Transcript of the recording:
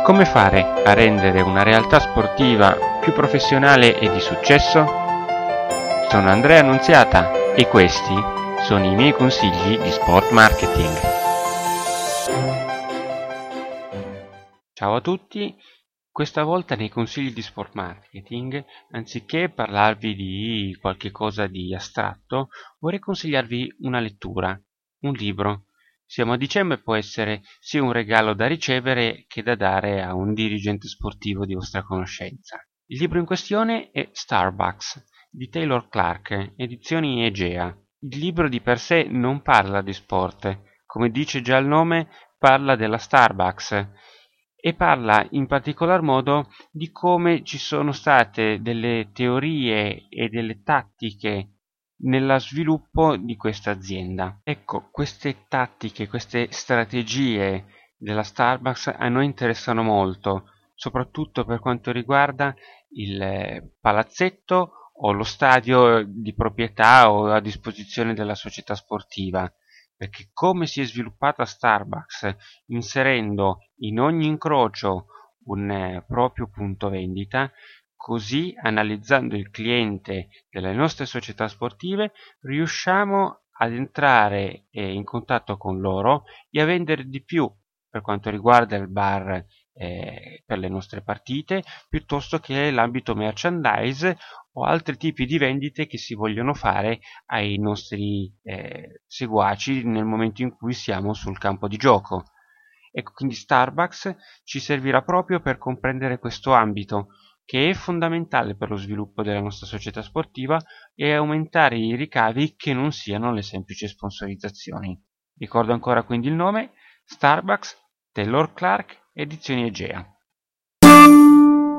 Come fare a rendere una realtà sportiva più professionale e di successo? Sono Andrea Annunziata e questi sono i miei consigli di sport marketing. Ciao a tutti, questa volta nei consigli di sport marketing, anziché parlarvi di qualche cosa di astratto, vorrei consigliarvi una lettura, un libro. Siamo a dicembre e può essere sia un regalo da ricevere che da dare a un dirigente sportivo di vostra conoscenza. Il libro in questione è Starbucks di Taylor Clark, edizioni Egea. Il libro di per sé non parla di sport, come dice già il nome, parla della Starbucks e parla in particolar modo di come ci sono state delle teorie e delle tattiche nello sviluppo di questa azienda. Ecco, queste tattiche, queste strategie della Starbucks a noi interessano molto, soprattutto per quanto riguarda il palazzetto o lo stadio di proprietà o a disposizione della società sportiva, perché come si è sviluppata Starbucks inserendo in ogni incrocio un proprio punto vendita, così analizzando il cliente delle nostre società sportive riusciamo ad entrare in contatto con loro e a vendere di più per quanto riguarda il bar per le nostre partite, piuttosto che l'ambito merchandise o altri tipi di vendite che si vogliono fare ai nostri seguaci nel momento in cui siamo sul campo di gioco. Ecco, quindi Starbucks ci servirà proprio per comprendere questo ambito, che è fondamentale per lo sviluppo della nostra società sportiva e aumentare i ricavi che non siano le semplici sponsorizzazioni. Ricordo ancora quindi il nome: Starbucks, Taylor Clark, edizioni Egea.